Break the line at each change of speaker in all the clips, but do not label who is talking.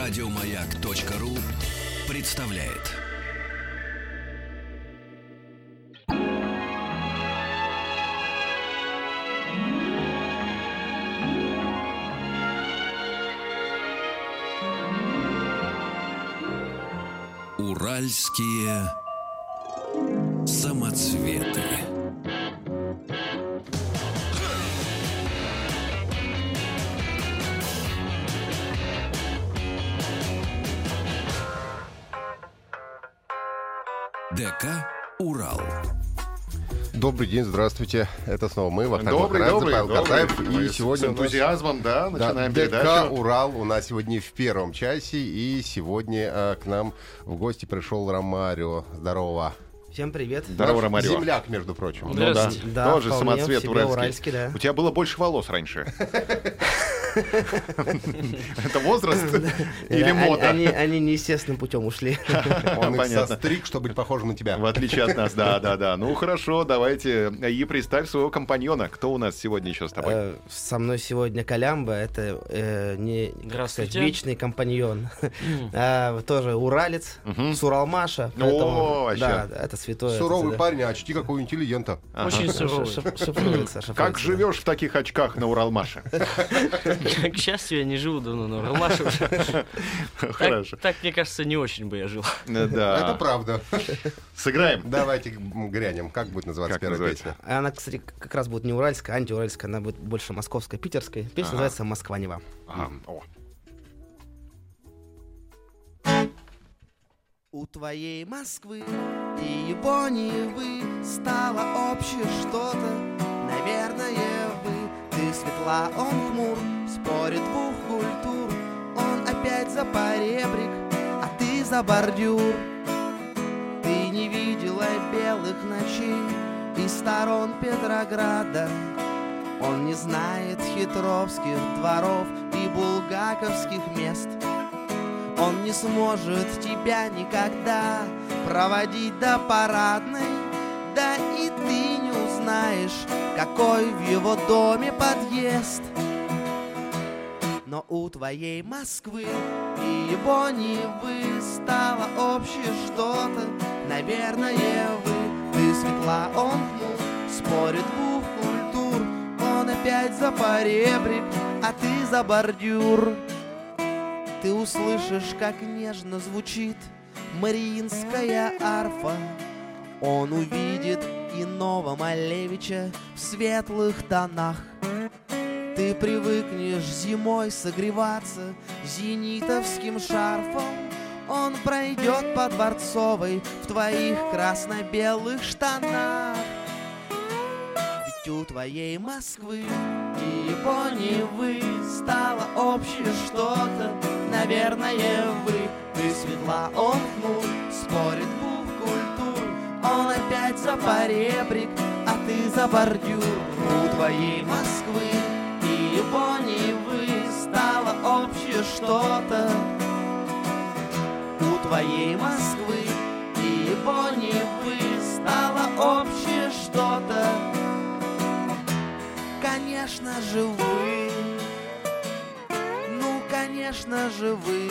Радиомаяк.ру представляет. Уральские самоцветы. ДК «Урал».
Добрый день, здравствуйте. Это снова мы, Вахтанг Махарадзе, Павел Картаев. И сегодня
с энтузиазмом, начинаем
ДК
передачу.
«Урал» у нас сегодня в первом часе. И сегодня к нам в гости пришел Ромарио. Здорово.
Всем привет.
Здорово,
Наш
Ромарио.
земляк, между прочим.
Ну да,
Да,
тоже
вполне,
самоцвет
себе
уральский.
да.
У тебя было больше волос раньше. Это возраст или мода?
Они неестественным путем ушли.
Он их
Понятно.
состриг, чтобы быть похожим на тебя.
В отличие от нас, да. Ну хорошо, давайте. И представь своего компаньона. Кто у нас сегодня еще с тобой?
Со мной сегодня Колямба, это не
Здравствуйте.
вечный компаньон. Тоже уралец, с Уралмаша.
О, вообще.
Да, это святое.
Суровый
это,
парень, а чти какой интеллигента.
Очень суровый.
Шифруется.
Как живешь в таких очках на Уралмаше?
К счастью, я не живу давно на Уралмаше уже.
Хорошо.
Так, мне кажется, не очень бы я жил.
Это
Да.
правда.
Сыграем.
Давайте грянем. Как будет называться
Как
первая
называется?
песня?
Она, кстати, как раз будет не уральская, а антиуральская. Она будет больше московская, питерская. Песня называется «Москва-Нева».
Ага. О.
У твоей Москвы и Японии стало общее что-то. Наверное, ты светла, он хмур, спорит двух культур. Он опять за поребрик, а ты за бордюр. Ты не видела белых ночей из сторон Петрограда. Он не знает хитровских дворов и булгаковских мест. Он не сможет тебя никогда проводить до парадной. Да и ты не узнаешь, какой в его доме подъезд. Но у твоей Москвы и Японии стало общее что-то. Наверное, ты светла, он хмур, спорит двух культур. Он опять за поребрик, а ты за бордюр. Ты услышишь, как нежно звучит мариинская арфа. Он увидит иного Малевича в светлых тонах. Ты привыкнешь зимой согреваться зенитовским шарфом. Он пройдет по Дворцовой в твоих красно-белых штанах. Ведь у твоей Москвы и Японии стало общее что-то. Наверное, ты светла, он хмур, спорит двух культур. Он опять за поребрик, а ты за бордюр. У твоей Москвы и Японии стало общее что-то. У твоей Москвы и Японии стало общее что-то. Конечно же вы, ну конечно же вы,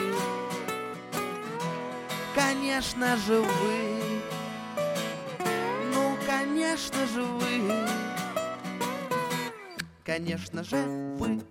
конечно же вы, ну конечно же вы, конечно же вы.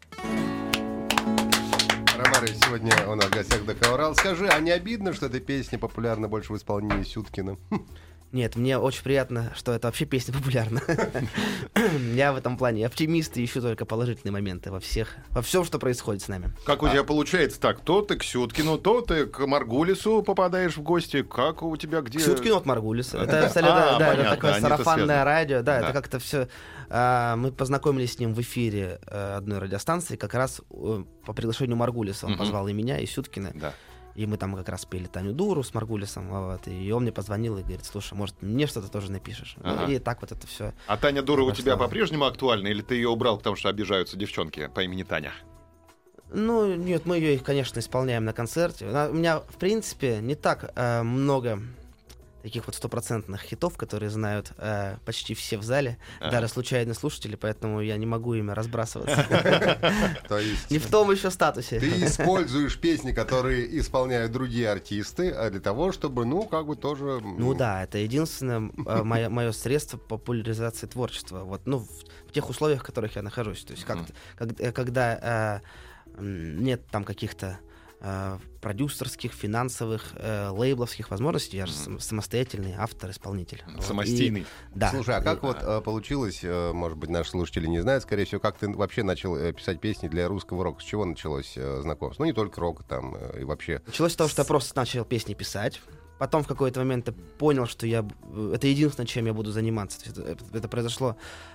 Ромарио сегодня у нас в гостях ДК «Урал». Скажи, а не обидно, что эта песня популярна больше в исполнении Сюткина?
Нет, мне очень приятно, что эта вообще песня популярна. Я в этом плане оптимист и ищу только положительные моменты во всем, что происходит с нами.
Как у тебя получается так? То ты к Сюткину, то ты к Маргулису попадаешь в гости. Как у тебя где?
Сюткин от Маргулиса. Это абсолютно, да, это
понятно,
такое
они-то
сарафанное
связаны.
радио. Да,
Да.
это как-то все. Мы познакомились с ним в эфире одной радиостанции, как раз по приглашению Маргулиса. Он позвал и меня, и Сюткина.
Да.
И мы там как раз пели Таню Дуру с Маргулисом. Вот, и он мне позвонил и говорит: слушай, может, мне что-то тоже напишешь?
Ага.
Ну, и так вот это все.
А Таня Дура у тебя
Пошло.
по-прежнему актуальна, или ты ее убрал, потому что обижаются девчонки по имени Таня?
Ну, нет, мы ее, конечно, исполняем на концерте. У меня, в принципе, не так много таких вот стопроцентных хитов, которые знают почти все в зале, даже случайные слушатели, поэтому я не могу ими разбрасываться.
То есть
Не в том еще статусе.
ты используешь песни, которые исполняют другие артисты, для того, чтобы, ну, как бы тоже...
Ну да, это единственное мое средство популяризации творчества. Вот, ну, в тех условиях, в которых я нахожусь. То есть, когда нет там каких-то продюсерских, финансовых, лейбловских возможностей, я же самостоятельный автор, исполнитель.
Самостийный.
Да.
Слушай, а как вот получилось, может быть, наши слушатели не знают, скорее всего, как ты вообще начал писать песни для русского рока? С чего началось знакомство? Ну, не только рок, там, и вообще...
Началось с того, что я просто начал песни писать. Потом в какой-то момент я понял, что это единственное, чем я буду заниматься. Это произошло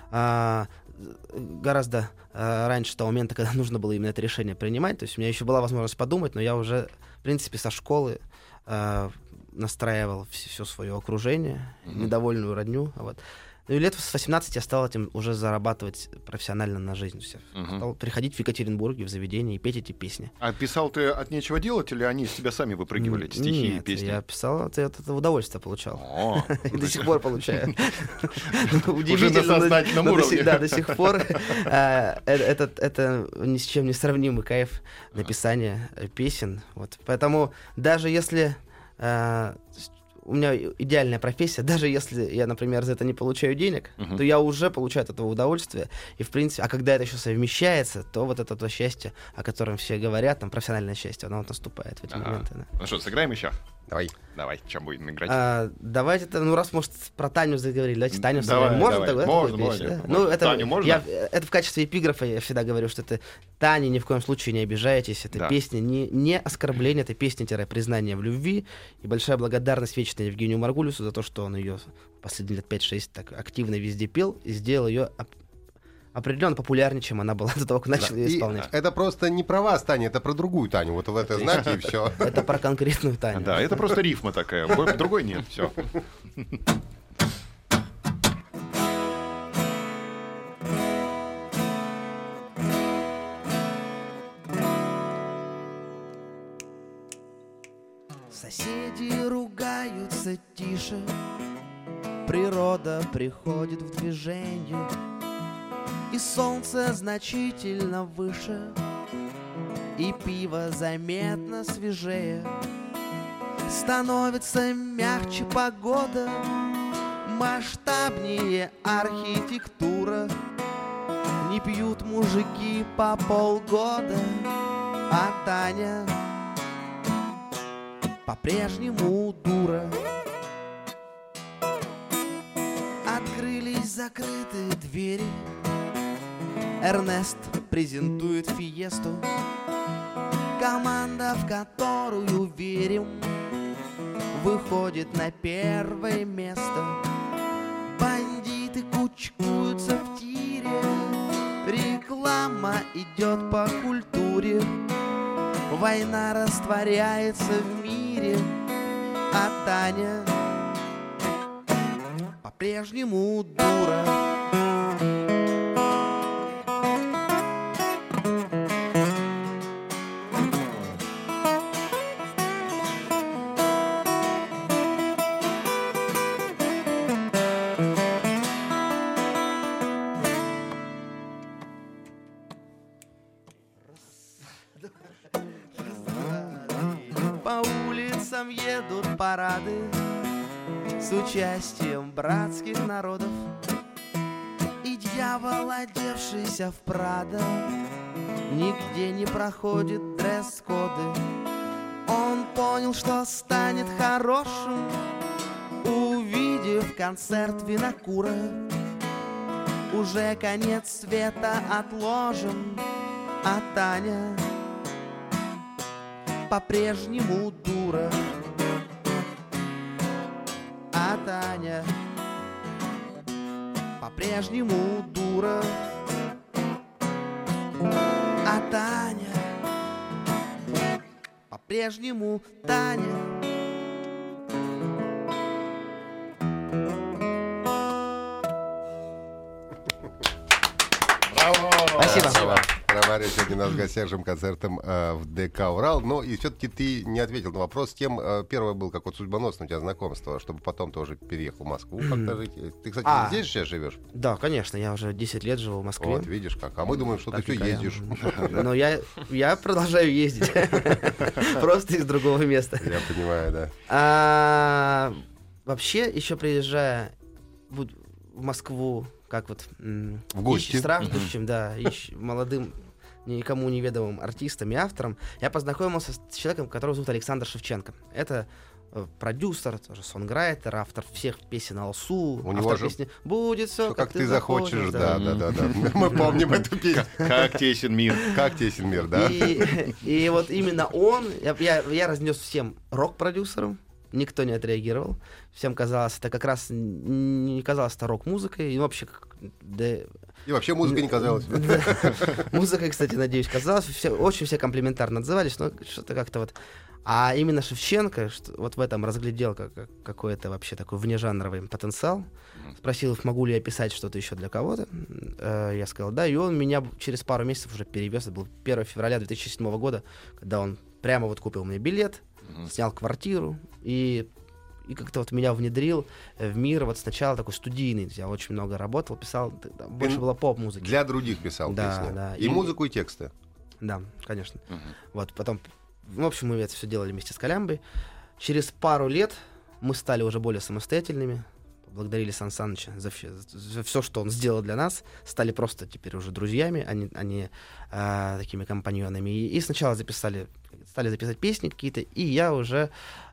гораздо раньше того момента, когда нужно было именно это решение принимать. То есть у меня еще была возможность подумать, но я уже, в принципе, со школы настраивал все свое окружение, недовольную родню. Вот. Ну и лет с 18 я стал этим уже зарабатывать профессионально на жизнь. Стал приходить в Екатеринбурге в заведение и петь эти песни.
А писал ты от нечего делать, или они из тебя сами выпрыгивали, эти стихи и песни?
Я писал, от этого удовольствие получал. И до сих пор получаю.
Уже на сознательном уровне.
Да, до сих пор. Это ни с чем не сравнимый кайф написания песен. Поэтому даже если... У меня идеальная профессия, даже если я, например, за это не получаю денег, то я уже получаю от этого удовольствие. И, в принципе, а когда это еще совмещается, то вот это то счастье, о котором все говорят, там, профессиональное счастье, оно вот наступает в эти моменты. Да.
Ну что, сыграем еще?
Давай,
чем будем играть?
Давайте, раз, может, про Таню заговорили, давайте Таню
сыграем.
Можно.
Ну, Таню можно?
Это в качестве эпиграфа я всегда говорю, что это Таня, ни в коем случае не обижайтесь, это песня не оскорбление, это песня-признание в любви, и большая благодарность вечная Евгению Маргулису за то, что он ее последние лет 5-6 так активно везде пел и сделал ее определенно популярнее, чем она была до того, как начал ее исполнять.
Это просто не про вас, Таня, это про другую Таню. Вот в это знаете, и все.
Это про конкретную Таню.
Да, это просто рифма такая. Другой нет, все.
Соседи ругаются тише, природа приходит в движение, и солнце значительно выше, и пиво заметно свежее. Становится мягче погода, масштабнее архитектура. Не пьют мужики по полгода, а Таня по-прежнему дура. Открылись закрытые двери, Эрнест презентует фиесту, команда, в которую верим, выходит на первое место. Бандиты кучкуются в тире, реклама идет по культуре, война растворяется в мире, а Таня по-прежнему дура. По улицам едут парады с участием братских народов, и дьявол, одевшийся в Прадо, нигде не проходит дресс-коды. Он понял, что станет хорошим, увидев концерт Винокура. Уже конец света отложен, а Таня по-прежнему дура. А Таня по-прежнему дура. А Таня по-прежнему Таня.
Браво!
Спасибо.
Браво. говоря, сегодня у нас в гостях концертом в ДК «Урал». Но и все-таки ты не ответил на вопрос. Тем первое был как вот судьбоносное у тебя знакомство, чтобы потом ты уже переехал в Москву как-то жить. Ты, кстати, здесь сейчас живешь?
Да, конечно, я уже 10 лет живу в Москве.
Вот, видишь как. А мы думаем, что ты все ездишь.
Но я продолжаю ездить. Просто из другого места.
Я понимаю, да.
Вообще, еще приезжая в Москву, как вот
в гости,
страждущим, да, молодым, никому неведомым артистом и автором, я познакомился с человеком, которого зовут Александр Шевченко. Это продюсер, тоже сонграйтер, автор всех песен Алсу,
у
автор
него же
песни «Будет все,
как ты захочешь». Да. Мы помним эту песню.
Как тесен мир.
Как тесен мир, да.
И вот именно он, я разнес всем рок-продюсерам, никто не отреагировал. Всем казалось, это как раз не казалось это рок-музыкой. И вообще,
и вообще музыка не казалась.
Музыкой, кстати, надеюсь, казалось. Очень все комплиментарно отзывались, но что-то как-то вот... А именно Шевченко вот в этом разглядел какой-то вообще такой внежанровый потенциал. Спросил их, могу ли я писать что-то еще для кого-то. Я сказал, да. И он меня через пару месяцев уже перевез. Это был 1 февраля 2007 года, когда он прямо вот купил мне билет, снял квартиру и как-то вот меня внедрил в мир вот сначала такой студийный. Я очень много работал, писал, больше было поп-музыки.
Для других писал песни.
Да.
И музыку, и тексты.
Да, конечно. Вот, потом, в общем, мы это все делали вместе с Колямбой. Через пару лет мы стали уже более самостоятельными. Поблагодарили Сан Саныча за все, что он сделал для нас. Стали просто теперь уже друзьями, а не такими компаньонами. И сначала стали записать песни какие-то, и я уже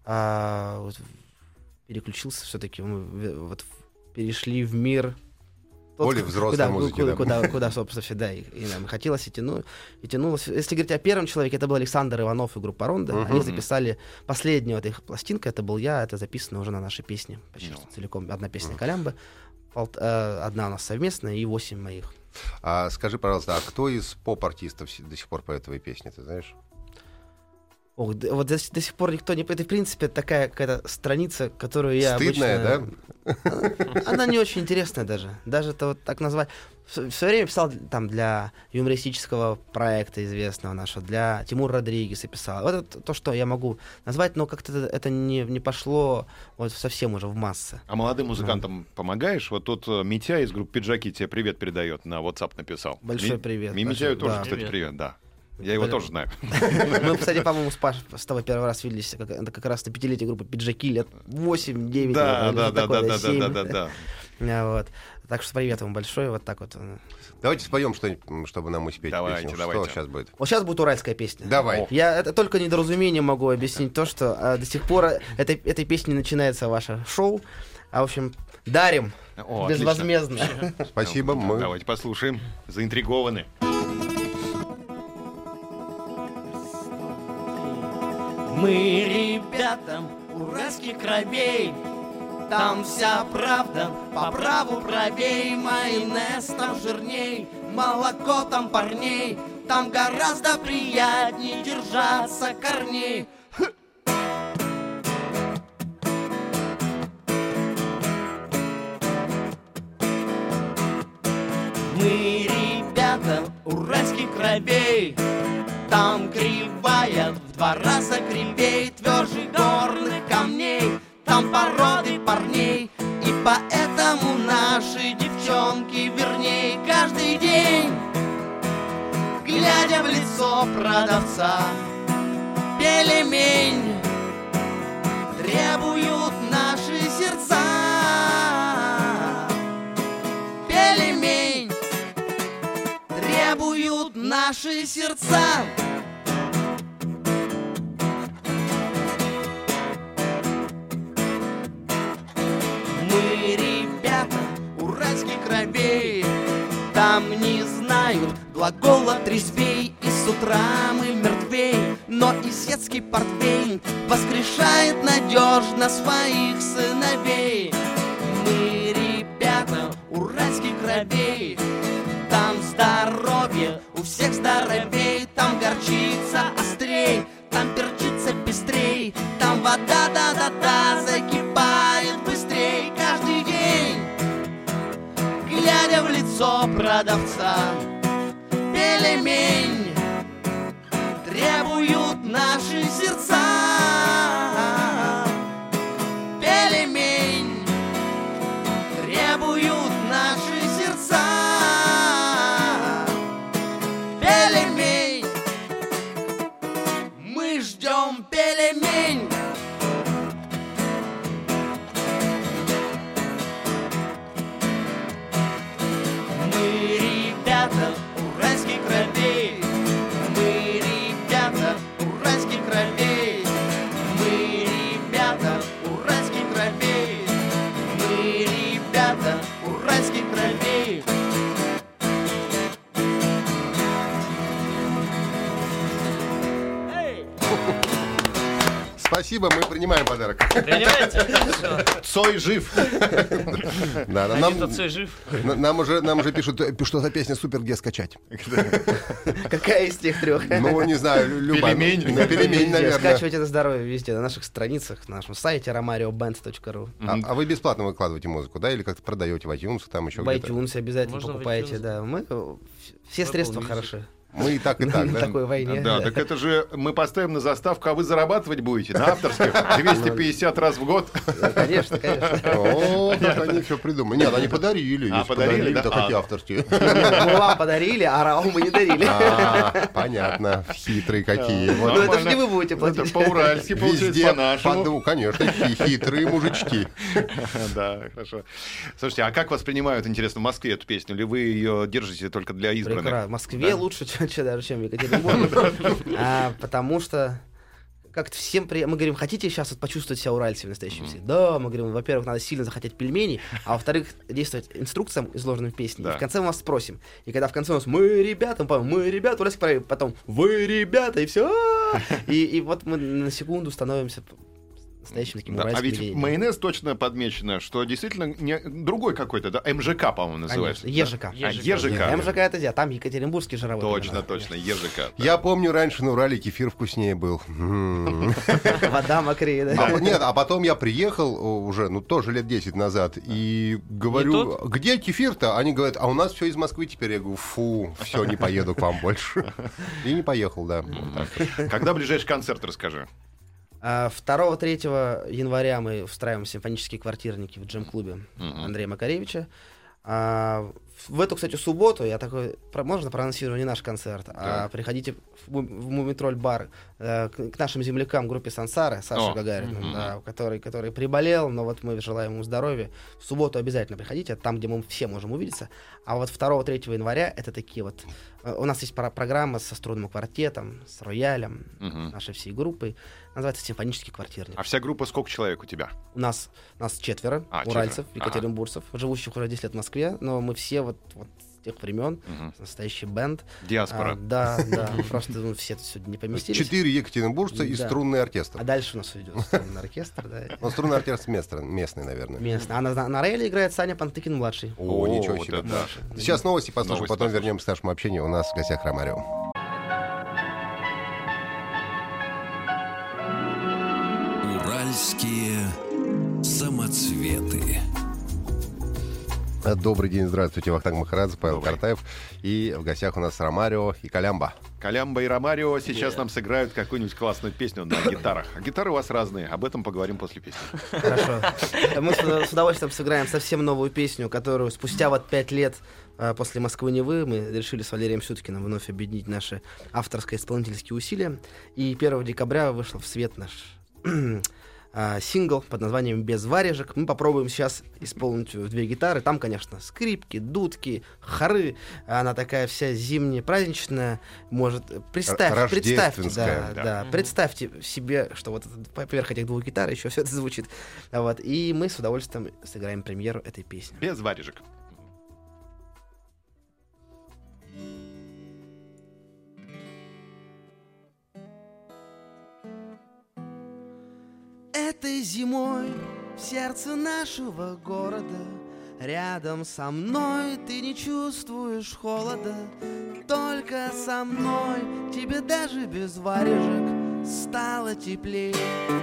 переключился все-таки. Мы вот перешли в мир
более взрослой музыки,
куда, собственно, всегда и нам хотелось, и тянулось. Если говорить о первом человеке, это был Александр Иванов и группа «Ронда». Они записали последнюю вот их пластинку, это был я, это записано уже на нашей песне, почти целиком. Одна песня Колямбы, одна у нас совместная и 8 моих.
Скажи, пожалуйста, а кто из поп-артистов до сих пор поет твои песни, ты знаешь?
Вот до сих пор никто не... Это, в принципе, такая какая-то страница, которую я
стыдная,
обычно... да? Она не очень интересная даже. Даже это вот так назвать... В свое время писал там для юмористического проекта известного нашего, для Тимура Родригеса писал. Вот это то, что я могу назвать, но как-то это не пошло вот совсем уже в массы.
А молодым музыкантам помогаешь? Вот тут Митя из группы «Пиджаки» тебе привет передает, на WhatsApp написал.
Большой привет.
Митяю тоже, кстати, привет, да. Я его тоже знаю.
Мы, кстати, по-моему, с тобой первый раз виделись как раз на 5-летие группы «Пиджаки» лет 8-9.
Да.
Вот. Так что привет вам большой, вот так вот.
Давайте споем что-нибудь, чтобы нам успеть песню. Что сейчас будет?
Вот сейчас будет уральская песня.
Давай.
Я это только недоразумением могу объяснить то, что до сих пор этой песней начинается ваше шоу. В общем, дарим безвозмездно.
Спасибо.
Давайте послушаем. Заинтригованы.
Мы ребятам уральских кровей, там вся правда по праву правей. Майонез там жирней, молоко там парней, там гораздо приятней держаться корней. Мы ребята уральских кровей, там кривая в 2 раза кривей, тверже горных камней, там породы парней, и поэтому наши девчонки верней каждый день, глядя в лицо продавца, пельмень требуют наши сердца. Пельмень требуют наши сердца. Мы ребята уральских кровей, там не знают глагола трезвей, и с утра мы мертвей, но и светский портвейн воскрешает надежно своих сыновей. Мы ребята уральских кровей, там здоровье у всех здоровей, там горчица острей, там перчица пестрей, там вода да-да-да закипает быстрей каждый день, глядя в лицо продавца. Пельмень
Спасибо, мы принимаем подарок.
Принимаете? Хорошо.
Цой жив.
Да,
Один-то Цой жив.
нам уже пишут, что за песня супер, где скачать.
Какая из тех трех?
Ну, не знаю, любая.
Пельмень.
На пельмень,
Везде.
наверное.
Скачивайте это здоровье везде, на наших страницах, на нашем сайте romarioband.ru.
А вы бесплатно выкладываете музыку, да? Или как-то продаете в iTunes, там еще
В
где-то?
iTunes обязательно
Можно в
покупаете,
iTunes.
да. Мы все средства
Music.
хороши.
Мы и так,
На
да?
такой войне.
Да, так это же мы поставим на заставку, а вы зарабатывать будете на авторских 250 раз в год.
Конечно, конечно.
О, как они все придумали. Нет, они подарили.
А,
Если
подарили, да?
так какие авторские.
Мы вам подарили, а Рау мы не дарили.
Понятно. Хитрые какие.
Ну
Вот.
это же не вы будете платить.
Это по-уральски получается,
Везде,
по-нашему.
ну, конечно, хитрые мужички.
Да, хорошо. Слушайте, а как воспринимают, интересно, в Москве эту песню? Или вы ее держите только для избранных?
Прекрасно. В Москве лучше, даже, чем в Екатеринбурге. Потому что как-то всем мы говорим, хотите сейчас вот почувствовать себя уральцами настоящими? Да, мы говорим, во-первых, надо сильно захотеть пельменей, а во-вторых, действовать инструкциям, изложенным в песне.
Да.
И в конце мы вас спросим. И когда в конце у нас мы ребята, мы ребята, уральский проект, потом вы ребята, и все. И вот мы на секунду становимся настоящим таким
Да, а
уральским
ведь
явлением.
майонез точно подмечено, что действительно другой какой-то, да? МЖК, по-моему, называется.
Конечно, ЕЖК.
А, ЕЖК.
МЖК это где? Там екатеринбургский жировой.
Точно, ЕЖК.
Я помню, раньше на Урале кефир вкуснее был.
Вода мокрее, да?
Нет, а потом я приехал уже, тоже лет 10 назад, и говорю, где кефир-то? Они говорят, а у нас все из Москвы теперь. Я говорю, фу, все, не поеду к вам больше. И не поехал, да. Вот так.
Когда ближайший концерт, расскажи.
2-3 января мы устраиваем симфонические квартирники в джем-клубе Андрея Макаревича. В эту, кстати, субботу я такой, можно проанонсирую не наш концерт, а приходите в Мумитроль-бар к нашим землякам, группе Сансара, Саше Гагарину, да, который приболел, но вот мы желаем ему здоровья. В субботу обязательно приходите, там, где мы все можем увидеться. А вот 2-3 января это такие вот... У нас есть программа со струнным квартетом, с роялем, нашей всей группой. Называется «Симфонический квартирник».
А вся группа сколько человек у тебя?
У нас 4 уральцев, екатеринбуржцев, живущих уже 10 лет в Москве, но мы все вот с тех времен, настоящий бенд.
Диаспора.
Да, просто все тут сегодня не поместились.
4 екатеринбуржца и струнный оркестр.
А дальше у нас идет струнный оркестр, да.
Он струнный оркестр местный, наверное.
Местный. А на рояле играет Саня Пантыкин-младший.
О, ничего
вот
себе.
это да.
Сейчас новости послушаем,
Новости
потом
послушаем.
вернемся к нашему общению. У нас в гостях Ромарио.
Уральские самоцветы.
Добрый день, здравствуйте, Вахтанг Махарадзе, Павел Картаев. И в гостях у нас Ромарио и Колямба.
Колямба и Ромарио сейчас нам сыграют какую-нибудь классную песню на гитарах. А гитары у вас разные, об этом поговорим после песни.
Хорошо. Мы с удовольствием сыграем совсем новую песню, которую спустя 5 лет после «Москвы-Невы» мы решили с Валерием Сюткиным вновь объединить наши авторско-исполнительские усилия. И 1 декабря вышел в свет наш сингл под названием «Без варежек». Мы попробуем сейчас исполнить 2 гитары. Там, конечно, скрипки, дудки, хоры. Она такая вся зимняя, праздничная. Может, представьте, да, представьте себе, что вот поверх этих 2 гитар еще все это звучит. Вот. И мы с удовольствием сыграем премьеру этой песни.
Без варежек.
Этой зимой в сердце нашего города рядом со мной ты не чувствуешь холода. Только со мной тебе даже без варежек стало теплее.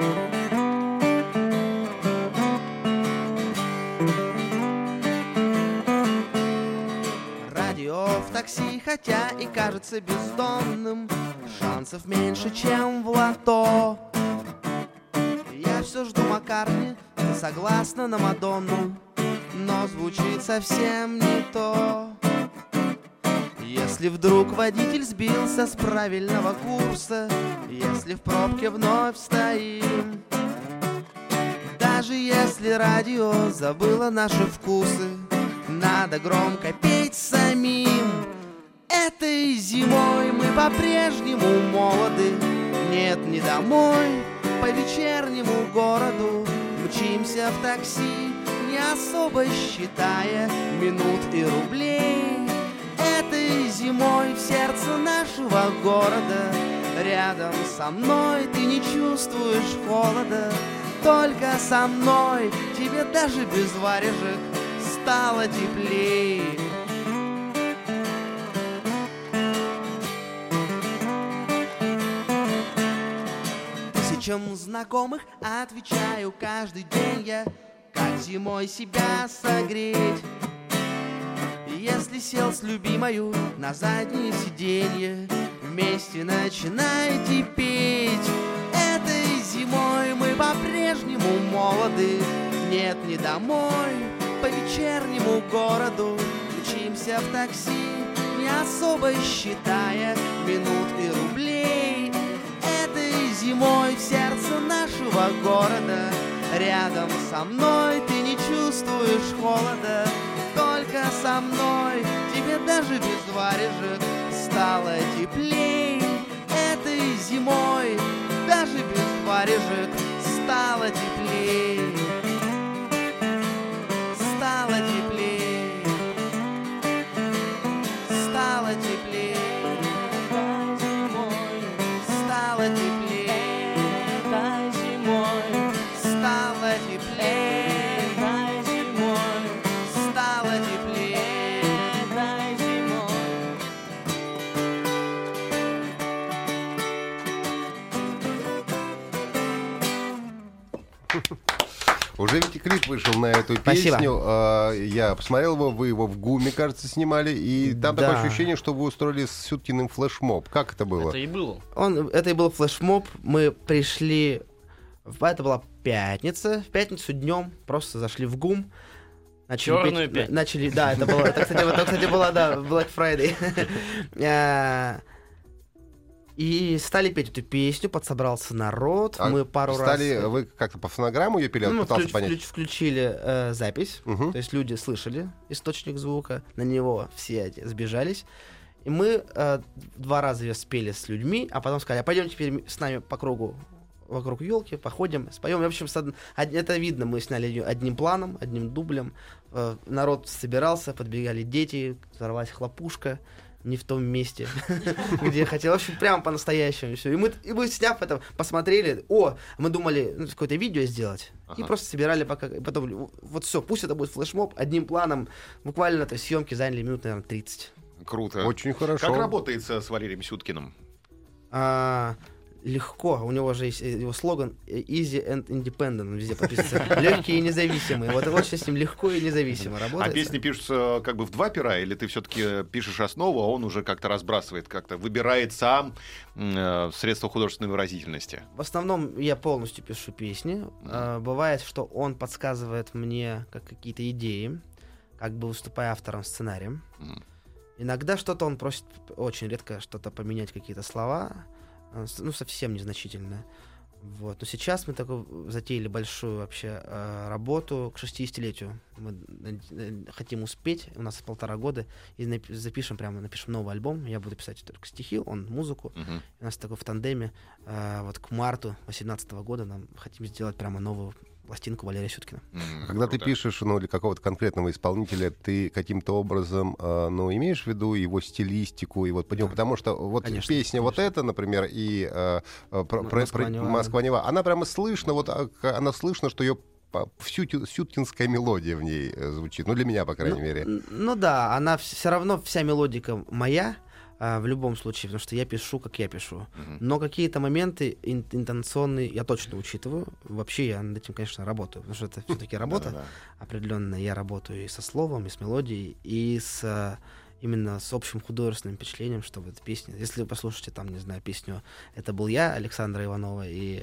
Радио в такси, хотя и кажется бездонным, шансов меньше, чем в лото. Я все жду Маккартни, ты согласна на Мадонну, но звучит совсем не то. Если вдруг водитель сбился с правильного курса, если в пробке вновь стоим, даже если радио забыло наши вкусы, надо громко петь самим. Этой зимой мы по-прежнему молоды, нет, не домой, по вечернему городу мчимся в такси, не особо считая минут и рублей. Этой зимой в сердце нашего города Рядом со мной ты не чувствуешь холода, только со мной тебе даже без варежек стало теплее. Тысячам знакомых отвечаю каждый день я, как зимой себя согреть. Если сел с любимою на заднее сиденье, вместе начинайте петь. Этой зимой мы по-прежнему молоды, нет, не домой, по вечернему городу мчимся в такси, не особо считая минут и рублей. Этой зимой в сердце нашего города рядом со мной ты не чувствуешь холода, только со мной тебе даже без варежек стало теплей. Этой зимой даже без варежек стало теплей. Стало теплей. Стало теплей. Стало теплей. Зимой стало теплей. Зимой стало теплей. Зимой.
Уже ведь и клип вышел на эту
Спасибо.
песню. Я посмотрел его, вы его в ГУМе, кажется, снимали. И там
Да.
такое ощущение, что вы устроили с Сюткиным флешмоб. Как это было?
Это и было.
Это и был флешмоб. Мы пришли... Это была пятница. В пятницу днем просто зашли в ГУМ.
Чёрную пятницу.
Начали, да, это было, кстати, была, да, Black Friday. И стали петь эту песню, подсобрался народ, мы пару раз...
Вы как-то по фонограмму ее пели?
Ну, мы
Пытался понять.
включили запись,
Мгм.
то есть люди слышали источник звука, на него все эти сбежались. И мы 2 раза ее спели с людьми, а потом сказали, а пойдем теперь с нами по кругу вокруг елки, походим, споем. В общем, это видно, мы сняли ее одним планом, одним дублем. Народ собирался, подбегали дети, взорвалась хлопушка не в том месте, где хотел. В общем, прямо по-настоящему все. И мы, сняв это, посмотрели. Мы думали какое-то видео сделать. И просто собирали пока. Потом, вот все, пусть это будет флешмоб одним планом. Буквально съемки заняли минут, наверное, 30.
Круто.
Очень хорошо.
Как работает с Валерием Сюткиным?
Легко. У него же есть его слоган «Easy and Independent». Он везде подписывается. Легкий и независимый. Вот очень с ним легко и независимо работает.
А песни пишутся как бы в 2 пера, или ты все-таки пишешь основу, а он уже как-то разбрасывает, как-то выбирает сам средства художественной выразительности?
В основном я полностью пишу песни. Бывает, что он подсказывает мне какие-то идеи, как бы выступая автором сценарием. Иногда что-то он просит, очень редко что-то поменять, какие-то слова, совсем незначительно. Вот. Но сейчас мы такую затеяли большую вообще работу к 60-летию. Мы хотим успеть, у нас 1,5 года, и напишем новый альбом. Я буду писать только стихи, он музыку. У нас такой в тандеме. Вот к марту 2018 года нам хотим сделать прямо новую пластинку Валерия Сюткина.
Когда ты пишешь для какого-то конкретного исполнителя, ты каким-то образом имеешь в виду его стилистику, и потому что вот
конечно,
песня вот эта, например, и «Москва-Нева», она прямо слышно, она слышно, что ее сюткинская мелодия в ней звучит. Для меня, по крайней мере.
Да, она все равно, вся мелодика моя, в любом случае, потому что я пишу, как я пишу. Но какие-то моменты интонационные я точно учитываю. Вообще я над этим, конечно, работаю, потому что это все-таки работа определенная. Я работаю и со словом, и с мелодией, и именно с общим художественным впечатлением, что в этой песне... Если вы послушаете, песню «Это был я» Александра Иванова и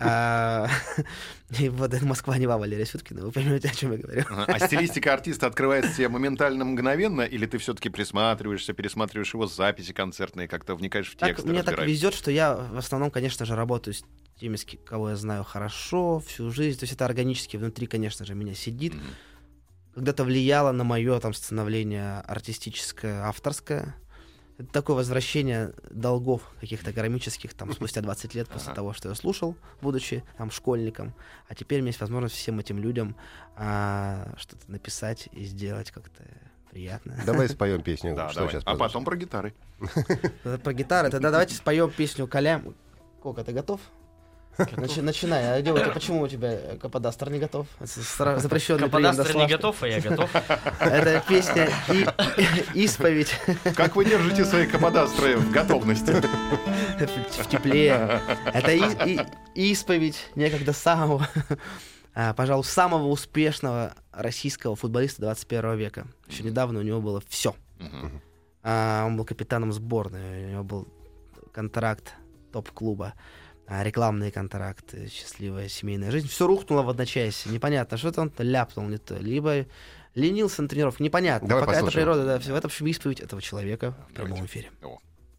вот это «Москва-Нева» Валерия Сюткина, вы поймете, о чем я говорю.
А стилистика артиста открывается тебе моментально, мгновенно, или ты все-таки присматриваешься, пересматриваешь его записи концертные, как-то вникаешь в текст?
Мне так везет, что я в основном, конечно же, работаю с теми, кого я знаю хорошо всю жизнь. То есть это органически внутри, конечно же, меня сидит. Когда-то влияло на мое становление артистическое, авторское. Это такое возвращение долгов каких-то кармических, спустя 20 лет после того, что я слушал, будучи школьником. А теперь у меня есть возможность всем этим людям что-то написать и сделать как-то Приятно.
Давай споем песню.
Да,
что
давай.
сейчас
А потом про гитары.
Про гитары. Тогда давайте споем песню «Калям». Кока, ты готов? Начинай. А почему у тебя каподастр не готов? Запрещенный прием
Каподастр не готов, а я готов.
Это песня «Исповедь».
Как вы держите свои каподастры в готовности?
В тепле. Это исповедь некогда самого, пожалуй, самого успешного российского футболиста 21 века. Еще недавно у него было все. Он был капитаном сборной, у него был контракт топ-клуба, рекламные контракты, счастливая семейная жизнь. Все рухнуло в одночасье. Непонятно, что-то он ляпнул не то. Либо ленился на тренировке. Непонятно.
Давай
Пока это
послушаем.
природа, да, все. Это, в общем, исповедь этого человека в прямом эфире.
О.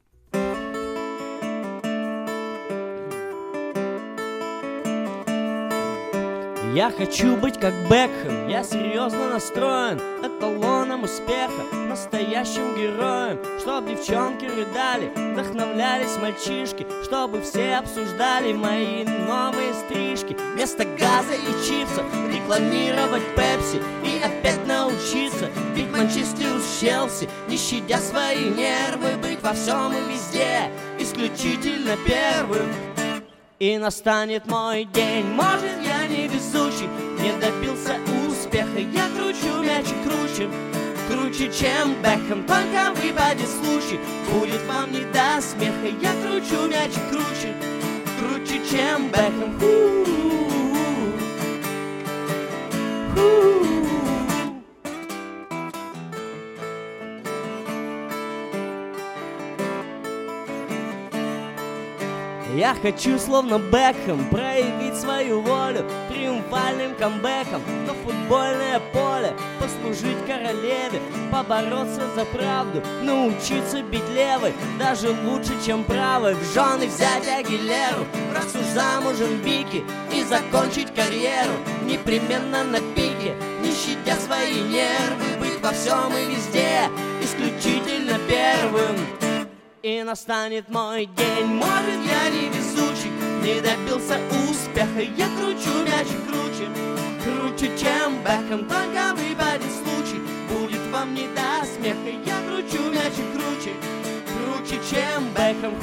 Я хочу быть как Бекхэм, я серьезно настроен, эталоном успеха, настоящим героем. Чтоб девчонки рыдали, вдохновлялись мальчишки, чтобы все обсуждали мои новые стрижки. Вместо газа и чипсов рекламировать Пепси и опять научиться бить Манчестеру с Челси, не щадя свои нервы, быть во всем и везде исключительно первым. И настанет мой день, может я не везучий, не добился успеха, я кручу мячик круче, круче, чем Бекхэм, только выпадет случай, будет вам не до смеха, я кручу мячик круче, круче, чем Бекхэм. Я хочу, словно Бекхэм, проявить свою волю триумфальным камбэком на футбольное поле, послужить королеве, побороться за правду, научиться бить левой, даже лучше, чем правой, в жены взять Агилеру, раз уж замужем Вики, и закончить карьеру непременно на пике, не щадя свои нервы, быть во всем и везде исключительно первым. И настанет мой день, может я не везучий, не добился успеха, я кручу мячик круче, круче, чем Бекхэм, только выпадет случай, будет вам не до смеха, я кручу мячик круче, круче, чем Бекхэм.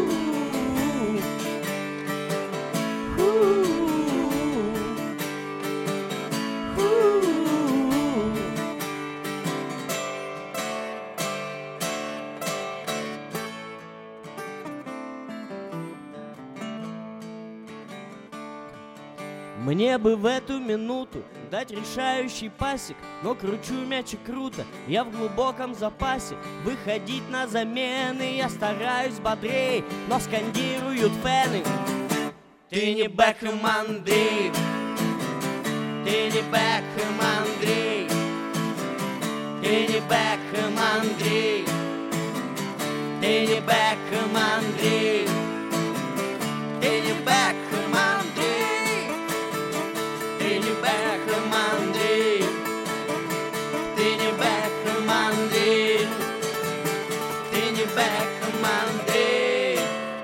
Мне бы в эту минуту дать решающий пасик, но кручу мячик круто, я в глубоком запасе. Выходить на замены я стараюсь бодрей, но скандируют фэны: ты не Бекхэм, Андрей, ты не Бекхэм, Андрей, ты не Бекхэм, Андрей, ты не Бекхэм, Андрей, ты не Бекхэм, Андрей. Ты не Бекхэм, Андрей, ты не Бекхэм, Андрей, ты не Бекхэм, Андрей.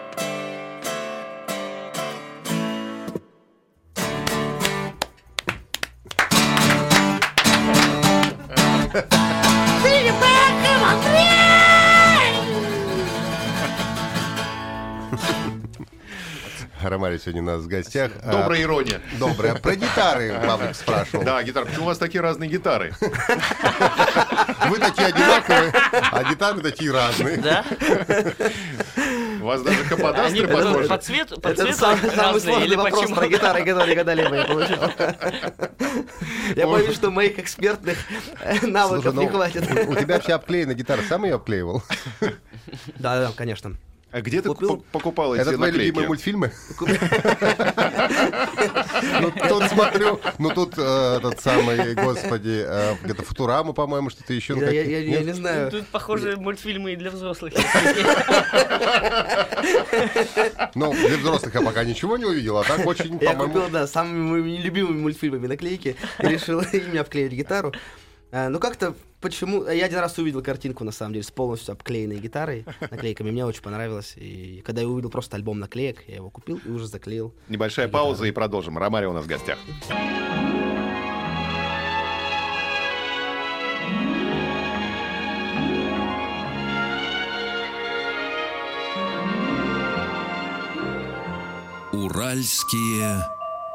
Ты не Бекхэм, Андрей!
Ромарий сегодня у нас в гостях.
Добрая ирония.
Добрая. Про гитары Павлик спрашивал.
Да, гитара. Почему у вас такие разные гитары?
Вы такие одинаковые, а гитары такие разные.
Да?
У вас даже каподастры
Они
похожи.
по цвету
Это самый
разные
сложный
или
вопрос
почему?
про гитары, который когда-либо я получал. Я боюсь, что моих экспертных навыков
Слушай,
не
ну,
хватит.
у тебя вообще обклеена гитара. Сам ее обклеивал?
Да, конечно.
А где ты
Купил-
покупал эти
Это твои
наклейки?
любимые мультфильмы? Ну, тут смотрю, ну тут этот самый, господи, где-то Футурама, по-моему, что-то еще.
Я не знаю.
Тут, похоже, мультфильмы и для взрослых.
Ну, для взрослых я пока ничего не увидел, а так очень,
Я
по-моему...
купил, да, самыми моими любимыми мультфильмами наклейки и решил ими обклеить гитару. Ну как-то почему... Я один раз увидел картинку, на самом деле, с полностью обклеенной гитарой, наклейками. Мне очень понравилось. И когда я увидел просто альбом наклеек, я его купил и уже заклеил.
Небольшая пауза и продолжим. Ромарий у нас в гостях.
Уральские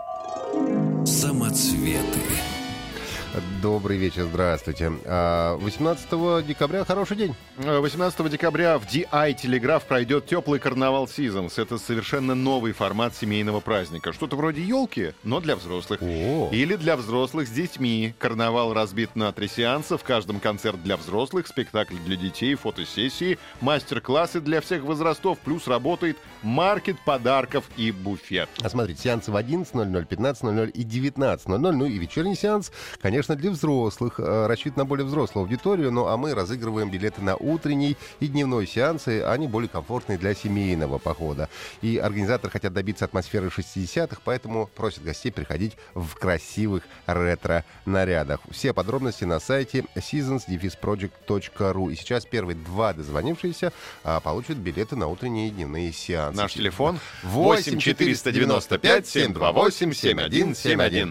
самоцветы.
Добрый вечер, здравствуйте. 18 декабря хороший день.
18 декабря в DI Телеграф пройдет теплый карнавал Seasons. Это совершенно новый формат семейного праздника. Что-то вроде елки, но для взрослых. Или для взрослых с детьми. Карнавал разбит на 3 сеанса. В каждом концерт для взрослых, спектакль для детей, фотосессии, мастер-классы для всех возрастов. Плюс работает маркет подарков и буфет.
А смотрите, сеансы в 11:00, 15:00 и 19:00. Ну и вечерний сеанс, конечно, для взрослых, рассчитан на более взрослую аудиторию, ну а мы разыгрываем билеты на утренний и дневной сеансы, они более комфортные для семейного похода. И организаторы хотят добиться атмосферы 60-х, поэтому просят гостей приходить в красивых ретро-нарядах. Все подробности на сайте seasons-project.ru. И сейчас первые 2 дозвонившиеся получат билеты на утренние и дневные сеансы.
Наш телефон 8 495 728 7171.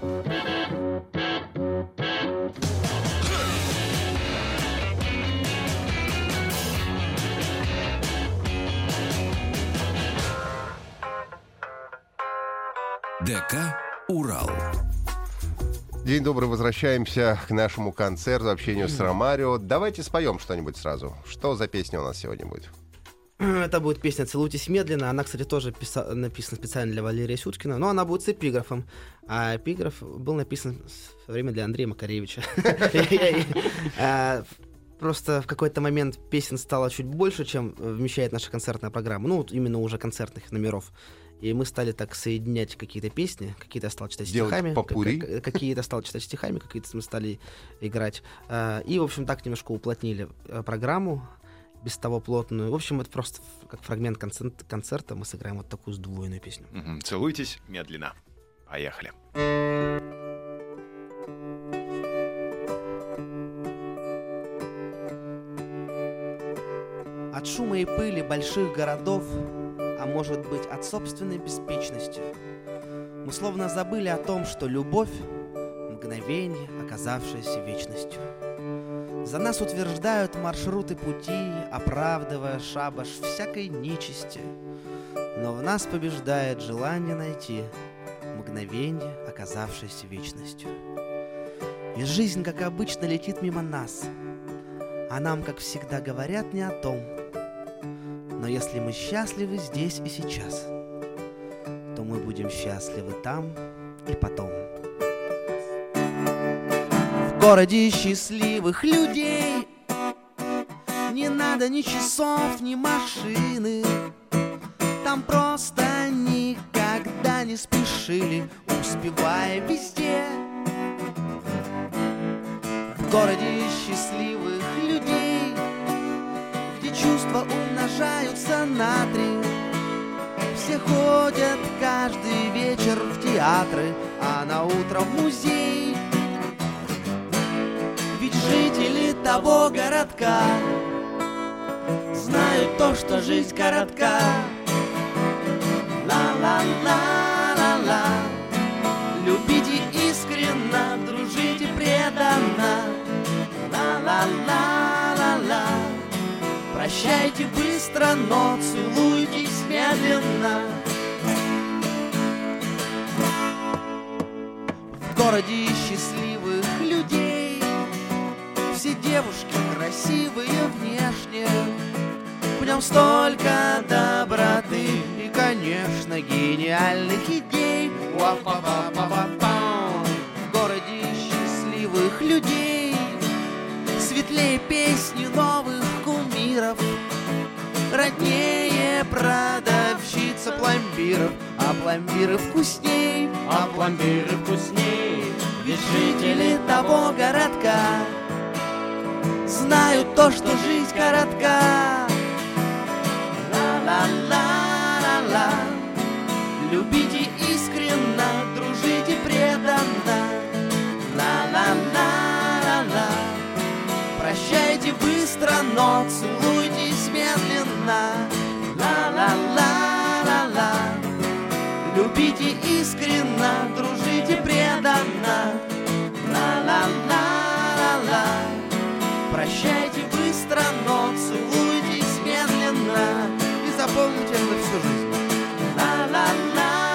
ДК «Урал».
День добрый, возвращаемся к нашему концерту, общению с Ромарио. Давайте споем что-нибудь сразу. Что за песня у нас сегодня будет?
Это будет песня «Целуйтесь медленно». Она, кстати, тоже написана специально для Валерия Сюткина, но она будет с эпиграфом. А эпиграф был написан в время для Андрея Макаревича. Просто в какой-то момент песен стало чуть больше, чем вмещает наша концертная программа. Ну, вот именно уже концертных номеров. И мы стали так соединять какие-то песни, какие-то я стал читать стихами, какие-то стал читать стихами, какие-то мы стали играть. И, в общем, так немножко уплотнили программу, без того плотную. В общем, это просто как фрагмент концерта мы сыграем вот такую сдвоенную песню.
Целуйтесь медленно. Поехали.
От шума и пыли больших городов, а может быть от собственной беспечности, мы словно забыли о том, что любовь — мгновение, оказавшееся вечностью. За нас утверждают маршруты пути, оправдывая шабаш всякой нечисти. Но в нас побеждает желание найти мгновение, оказавшееся вечностью. И жизнь, как обычно, летит мимо нас, а нам, как всегда, говорят не о том. Но если мы счастливы здесь и сейчас, то мы будем счастливы там и потом. В городе счастливых людей не надо ни часов, ни машины. Там просто никогда не спешили, успевая везде. В городе счастливых людей, где чувства умножаются на 3, все ходят каждый вечер в театры, а на утро в музей. Ведь жители того городка знают то, что жизнь коротка. Ла-ла-ла-ла-ла. Любите искренно, дружите преданно. Ла-ла-ла-ла-ла. Прощайте быстро, но целуйтесь медленно. В городе счастливых людей все девушки красивые внешне. В нем столько доброты и, конечно, гениальных идей. В городе счастливых людей светлее песни новых кумиров, роднее продавщица пломбиров, а пломбиры вкусней, а пломбиры вкусней. Ведь жители того городка знают то, что жизнь коротка. Ла-ла-ла-ла-ла. Любите искренно, дружите преданно. Ла-ла-ла-ла-ла. Прощайте быстро, но целуйтесь медленно. Ла-ла-ла-ла-ла. Любите искренно, дружите преданно. Ла-ла-ла-ла-ла. Прощайте быстро, но целуйтесь медленно. И запомните это всю жизнь. Ла-ла-ла.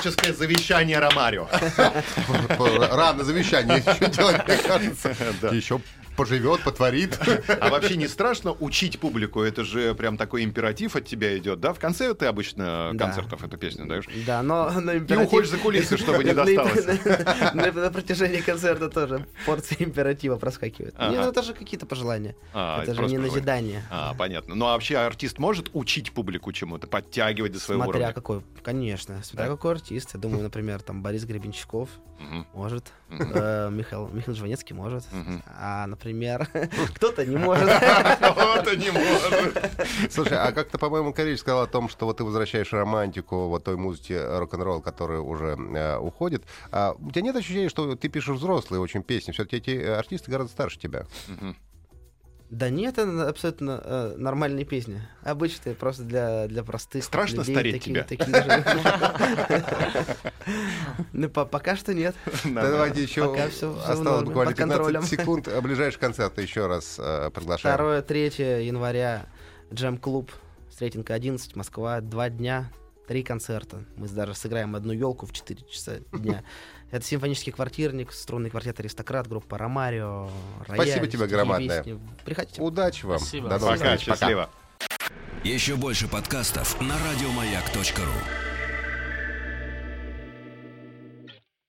Творческое завещание Ромарио.
Рано завещание еще делать, мне кажется. Еще поживет, потворит.
А вообще не страшно учить публику? Это же прям такой императив от тебя идет, да? В конце ты обычно концертов эту песню даешь.
Да, но
И уходишь за кулисы, чтобы не досталось.
На протяжении концерта тоже порция императива проскакивает. Нет, это же какие-то пожелания. Это же не назидание.
Понятно. Ну а вообще артист может учить публику чему-то, подтягивать до своего уровня?
Смотря какой, конечно. Смотря какой артист. Я думаю, например, там Борис Гребенщиков может. Михаил Жванецкий может. А, например, кто-то не может.
Кто-то не может.
Слушай, а как-то, по-моему, Коррей сказал о том, что вот ты возвращаешь романтику вот той музыке рок-н-ролл, которая уже уходит. У тебя нет ощущения, что ты пишешь взрослые очень песни? Все-таки эти артисты гораздо старше тебя.
Да нет, это абсолютно нормальные песни. Обычные, просто для простых
Страшно
людей.
стареть тебя?
Ну, пока что нет.
Давайте еще
Пока всё в
осталось
норме,
буквально
под контролем.
15 секунд. Ближайший концерт еще раз приглашаем.
2-3 января Джем-клуб, Стрейтинг 11, Москва, 2 дня, 3 концерта. Мы даже сыграем одну елку в 4 часа дня. Это симфонический квартирник, струнный квартет «Аристократ», группа «Ромарио», «Рояль».
Спасибо тебе громадное.
Приходите.
Удачи вам.
Спасибо.
До новых
Пока,
встреч.
счастливо.
Еще больше подкастов на радиомаяк.ру.